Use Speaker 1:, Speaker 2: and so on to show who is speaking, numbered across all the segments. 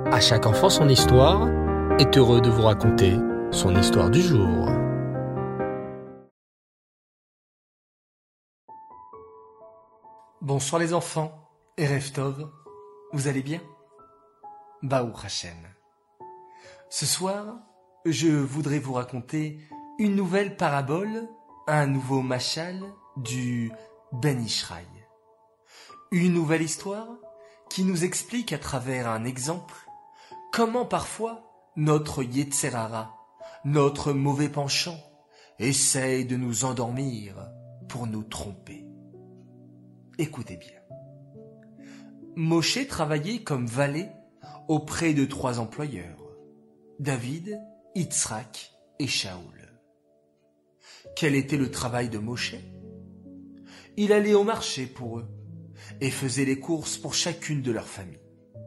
Speaker 1: À chaque enfant son histoire est heureux de vous raconter son histoire du jour.
Speaker 2: Bonsoir les enfants, Erev Tov, vous allez bien? Baruch Hashem. Ce soir, je voudrais vous raconter une nouvelle parabole, un nouveau mashal du Ben Ishraï. Une nouvelle histoire qui nous explique à travers un exemple comment parfois notre Yetzer Hara, notre mauvais penchant, essaye de nous endormir pour nous tromper. Écoutez bien. Moshe travaillait comme valet auprès de 3 employeurs, David, Yitzhak et Shaoul. Quel était le travail de Moshe? Il allait au marché pour eux et faisait les courses pour chacune de leurs familles.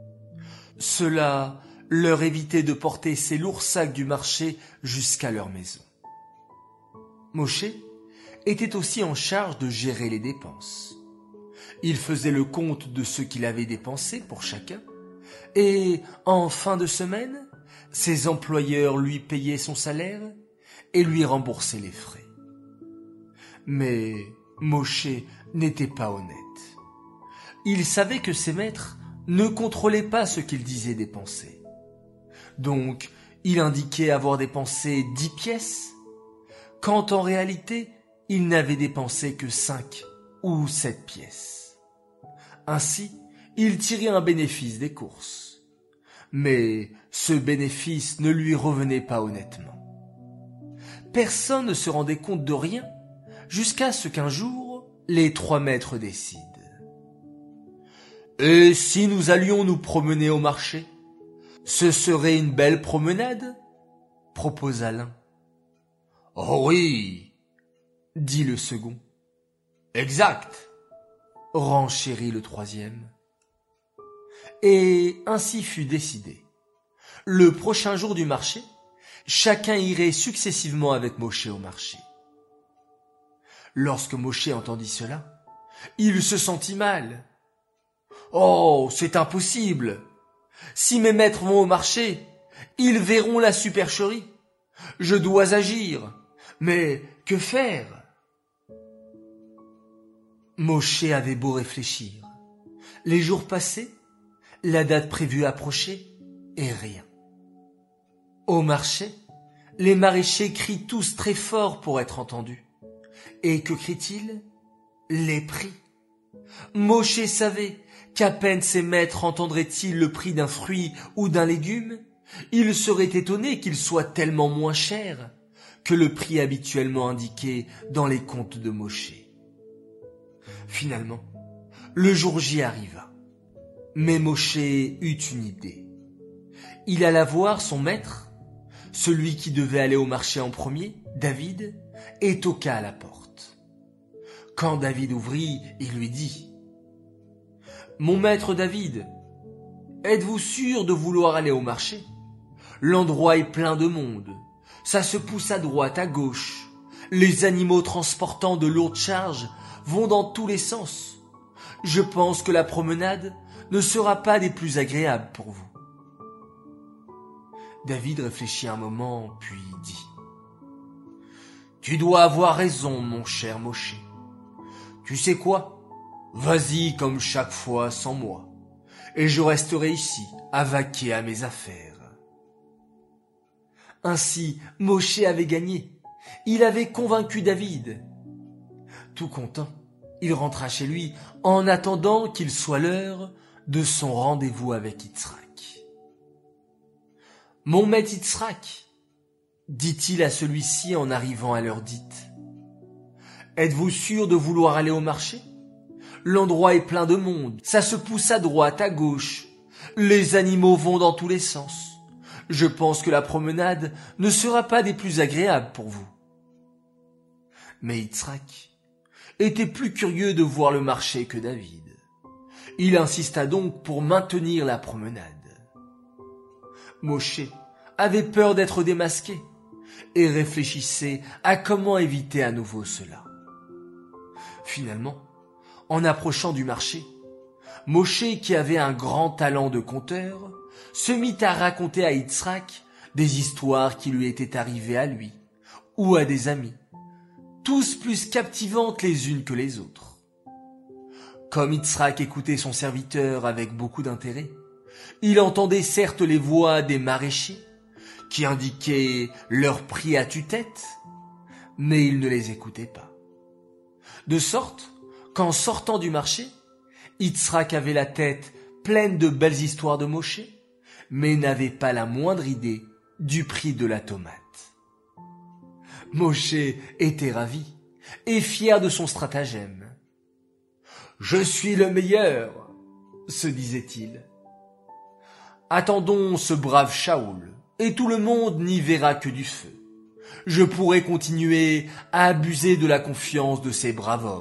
Speaker 2: Cela leur évitait de porter ces lourds sacs du marché jusqu'à leur maison. Moshe était aussi en charge de gérer les dépenses. Il faisait le compte de ce qu'il avait dépensé pour chacun, et en fin de semaine, ses employeurs lui payaient son salaire et lui remboursaient les frais. Mais Moshe n'était pas honnête. Il savait que ses maîtres ne contrôlaient pas ce qu'il disait dépenser. Donc, il indiquait avoir dépensé 10 pièces, quand en réalité, il n'avait dépensé que 5 ou 7 pièces. Ainsi, il tirait un bénéfice des courses. Mais ce bénéfice ne lui revenait pas honnêtement. Personne ne se rendait compte de rien jusqu'à ce qu'un jour, les 3 maîtres décident. « Et si nous allions nous promener au marché ? Ce serait une belle promenade ?» proposa l'un. « Oh oui !» dit le second. « Exact !» renchérit le troisième. Et ainsi fut décidé. Le prochain jour du marché, chacun irait successivement avec Moshe au marché. Lorsque Moshe entendit cela, il se sentit mal. « Oh, c'est impossible ! Si mes maîtres vont au marché, ils verront la supercherie. Je dois agir, mais que faire ?» Moshe avait beau réfléchir. Les jours passaient, la date prévue approchait, et rien. Au marché, les maraîchers crient tous très fort pour être entendus. Et que crient-ils? Les prix. Moshe savait qu'à peine ses maîtres entendraient-ils le prix d'un fruit ou d'un légume, ils seraient étonnés qu'il soit tellement moins cher que le prix habituellement indiqué dans les comptes de Moshe. Finalement, le jour J arriva. Mais Moshe eut une idée. Il alla voir son maître, celui qui devait aller au marché en premier, David, et toqua à la porte. Quand David ouvrit, il lui dit: « Mon maître David, êtes-vous sûr de vouloir aller au marché? L'endroit est plein de monde, ça se pousse à droite, à gauche. Les animaux transportant de lourdes charges vont dans tous les sens. Je pense que la promenade ne sera pas des plus agréables pour vous. » David réfléchit un moment, puis dit: « Tu dois avoir raison, mon cher Moshe. Tu sais quoi? Vas-y comme chaque fois sans moi, et je resterai ici à vaquer à mes affaires. » Ainsi, Moshe avait gagné. Il avait convaincu David. Tout content, il rentra chez lui en attendant qu'il soit l'heure de son rendez-vous avec Yitzhak. « Mon maître Yitzhak, » dit-il à celui-ci en arrivant à l'heure dite, « êtes-vous sûr de vouloir aller au marché? L'endroit est plein de monde, ça se pousse à droite, à gauche. Les animaux vont dans tous les sens. Je pense que la promenade ne sera pas des plus agréables pour vous. » Mais Yitzhak était plus curieux de voir le marché que David. Il insista donc pour maintenir la promenade. Moshe avait peur d'être démasqué et réfléchissait à comment éviter à nouveau cela. Finalement, en approchant du marché, Moshe, qui avait un grand talent de conteur, se mit à raconter à Yitzhak des histoires qui lui étaient arrivées à lui ou à des amis, tous plus captivantes les unes que les autres. Comme Yitzhak écoutait son serviteur avec beaucoup d'intérêt, il entendait certes les voix des maraîchers qui indiquaient leur prix à tue-tête, mais il ne les écoutait pas. De sorte qu'en sortant du marché, Yitzhak avait la tête pleine de belles histoires de Moshe, mais n'avait pas la moindre idée du prix de la tomate. Moshe était ravi et fier de son stratagème. « Je suis le meilleur !» se disait-il. « Attendons ce brave Shaoul, et tout le monde n'y verra que du feu. Je pourrai continuer à abuser de la confiance de ces braves hommes. »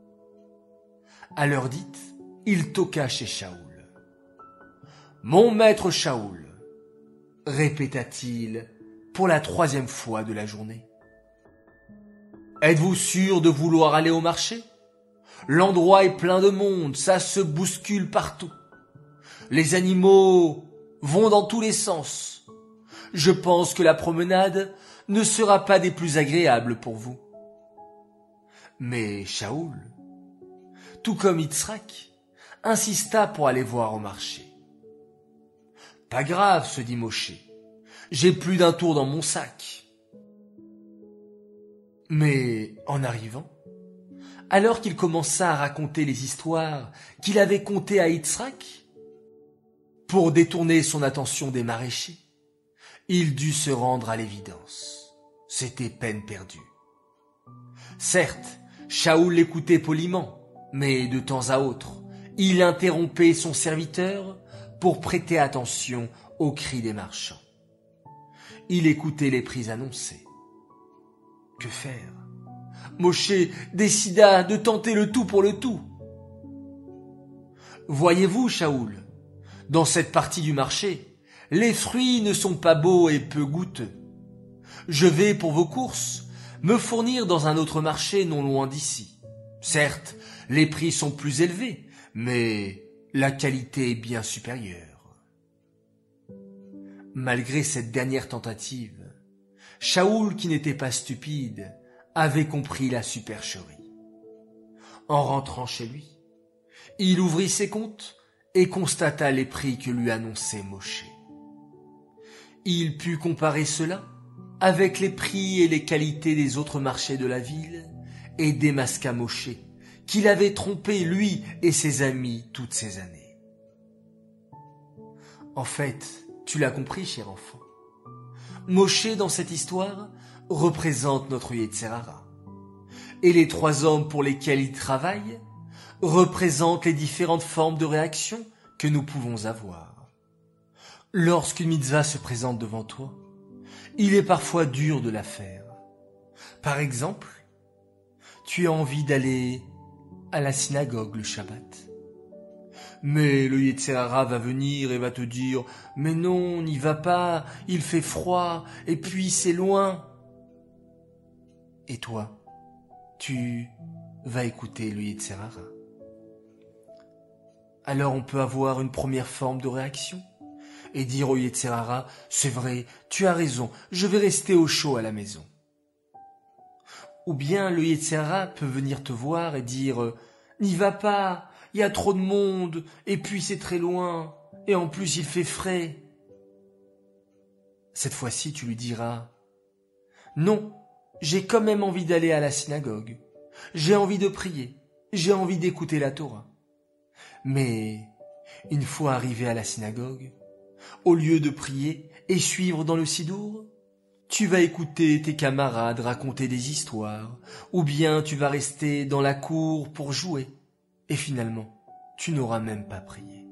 Speaker 2: À l'heure dite, il toqua chez Shaoul. « Mon maître Shaoul, » répéta-t-il pour la 3e fois de la journée. « Êtes-vous sûr de vouloir aller au marché ? L'endroit est plein de monde, ça se bouscule partout. Les animaux vont dans tous les sens. Je pense que la promenade ne sera pas des plus agréables pour vous. » Mais Shaoul, tout comme Yitzhak, insista pour aller voir au marché. « Pas grave, se dit Moshe, j'ai plus d'un tour dans mon sac. » Mais en arrivant, alors qu'il commença à raconter les histoires qu'il avait contées à Yitzhak, pour détourner son attention des maraîchers, il dut se rendre à l'évidence. C'était peine perdue. Certes, Shaoul l'écoutait poliment, mais de temps à autre, il interrompait son serviteur pour prêter attention aux cris des marchands. Il écoutait les prix annoncés. Que faire ? Moshe décida de tenter le tout pour le tout. « Voyez-vous, Shaoul, dans cette partie du marché, les fruits ne sont pas beaux et peu goûteux. Je vais, pour vos courses, me fournir dans un autre marché non loin d'ici. Certes, les prix sont plus élevés, mais la qualité est bien supérieure. » Malgré cette dernière tentative, Shaoul, qui n'était pas stupide, avait compris la supercherie. En rentrant chez lui, il ouvrit ses comptes et constata les prix que lui annonçait Moshe. Il put comparer cela avec les prix et les qualités des autres marchés de la ville et démasqua Moshe, qu'il avait trompé lui et ses amis toutes ces années. En fait, tu l'as compris, cher enfant. Moshe, dans cette histoire, représente notre Yetzer Hara. Et les 3 hommes pour lesquels il travaille représentent les différentes formes de réaction que nous pouvons avoir. Lorsqu'une mitzvah se présente devant toi, il est parfois dur de la faire. Par exemple, tu as envie d'aller à la synagogue le Shabbat. Mais le Yetzer Hara va venir et va te dire « Mais non, n'y va pas, il fait froid, et puis c'est loin. » Et toi, tu vas écouter le Yetzer Hara. Alors on peut avoir une première forme de réaction et dire au Yetzer Hara « C'est vrai, tu as raison, je vais rester au chaud à la maison. » Ou bien le Yetzer Hara peut venir te voir et dire « N'y va pas, il y a trop de monde, et puis c'est très loin, et en plus il fait frais. » Cette fois-ci, tu lui diras « Non, j'ai quand même envie d'aller à la synagogue. J'ai envie de prier, j'ai envie d'écouter la Torah. » Mais, une fois arrivé à la synagogue, au lieu de prier et suivre dans le sidour, tu vas écouter tes camarades raconter des histoires, ou bien tu vas rester dans la cour pour jouer. Et finalement, tu n'auras même pas prié.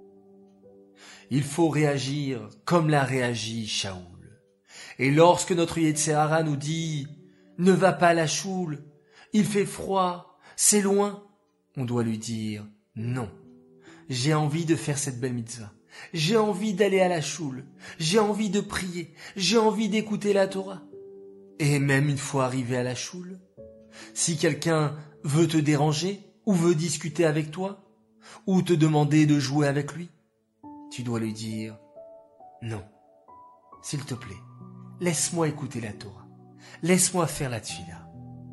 Speaker 2: Il faut réagir comme l'a réagi Shaoul. Et lorsque notre Yetzer Hara nous dit « Ne va pas à la choule, il fait froid, c'est loin », on doit lui dire « Non, j'ai envie de faire cette belle mitzvah, j'ai envie d'aller à la choule, j'ai envie de prier, j'ai envie d'écouter la Torah. » Et même une fois arrivé à la choule, si quelqu'un veut te déranger, ou veut discuter avec toi, ou te demander de jouer avec lui, tu dois lui dire « Non, s'il te plaît, laisse-moi écouter la Torah, laisse-moi faire la tfila. »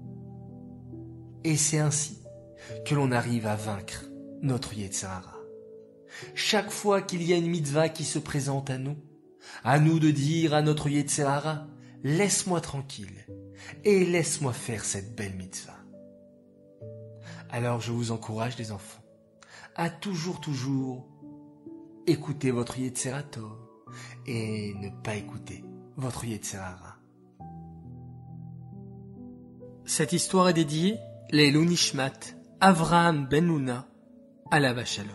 Speaker 2: Et c'est ainsi que l'on arrive à vaincre notre Yetzer Hara. Chaque fois qu'il y a une mitzvah qui se présente à nous de dire à notre Yetzer Hara, laisse-moi tranquille et laisse-moi faire cette belle mitzvah. Alors je vous encourage les enfants à toujours écouter votre Yetzer Tov et ne pas écouter votre Yetzer Hara.
Speaker 1: Cette histoire est dédiée Leilou Nishmat Avraham Ben Luna Alav Shalom.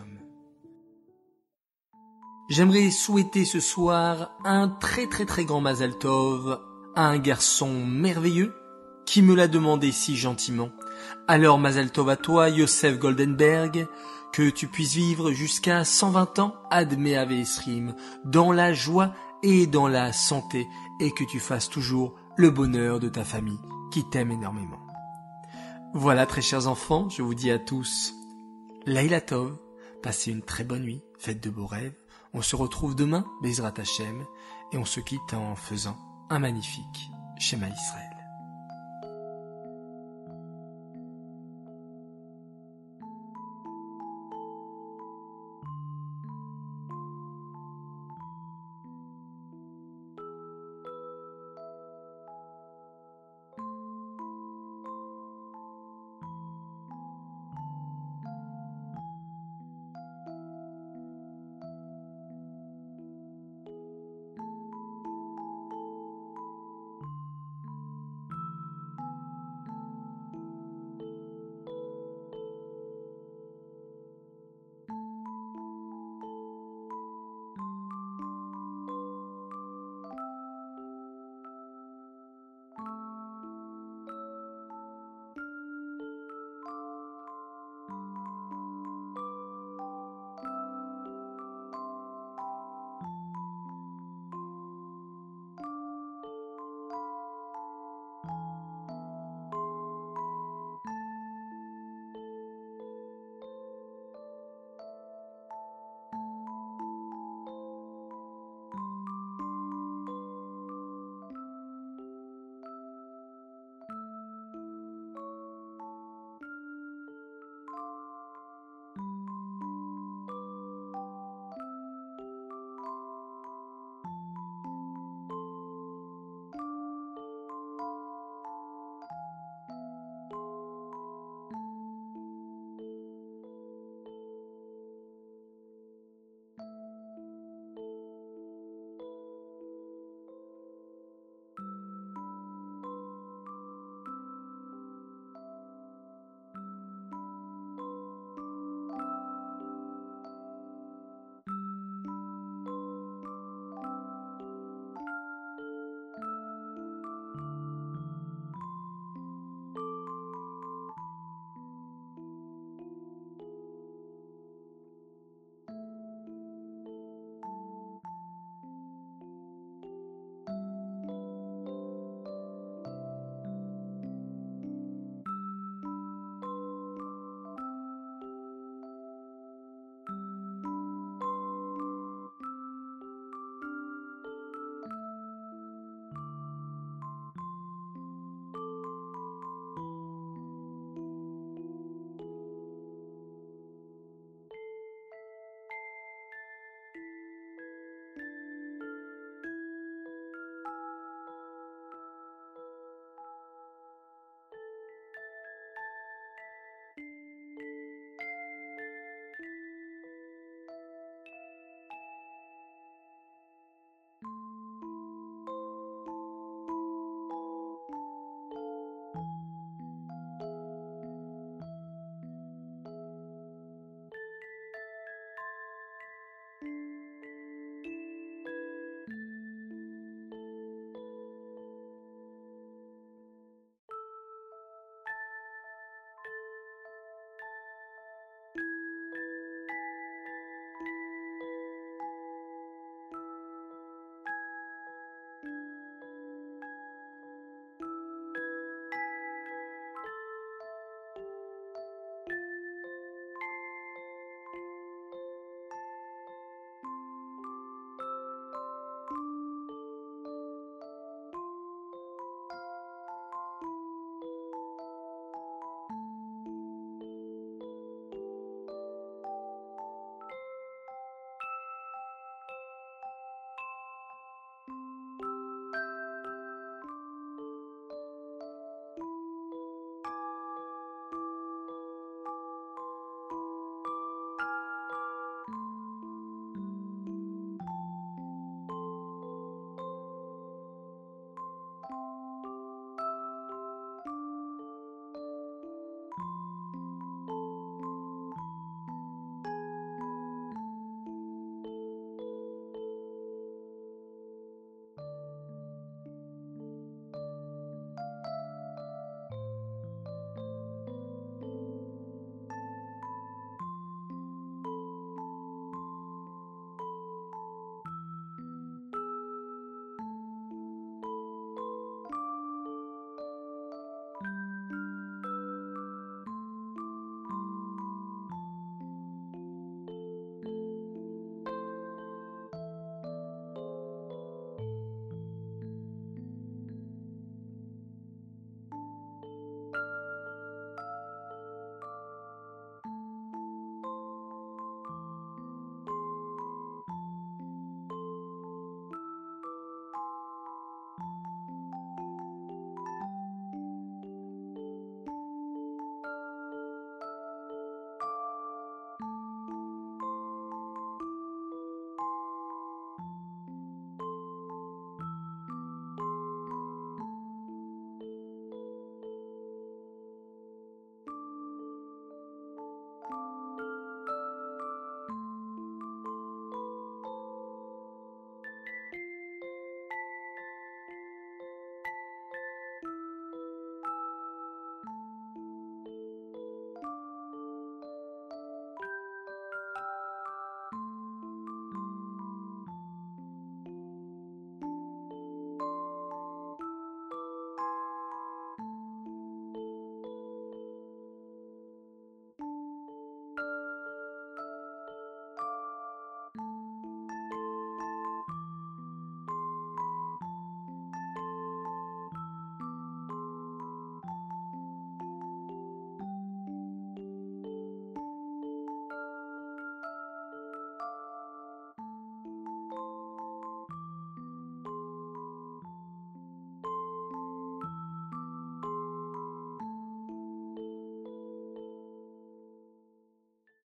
Speaker 1: J'aimerais souhaiter ce soir un très grand Mazal Tov à un garçon merveilleux qui me l'a demandé si gentiment. Alors Mazal Tov à toi, Yosef Goldenberg, que tu puisses vivre jusqu'à 120 ans, Ad Mea Ve'esrim, dans la joie et dans la santé, et que tu fasses toujours le bonheur de ta famille qui t'aime énormément. Voilà, très chers enfants, je vous dis à tous Laila Tov, passez une très bonne nuit, faites de beaux rêves. On se retrouve demain, Bezrat Hashem, et on se quitte en faisant un magnifique Shema Israël.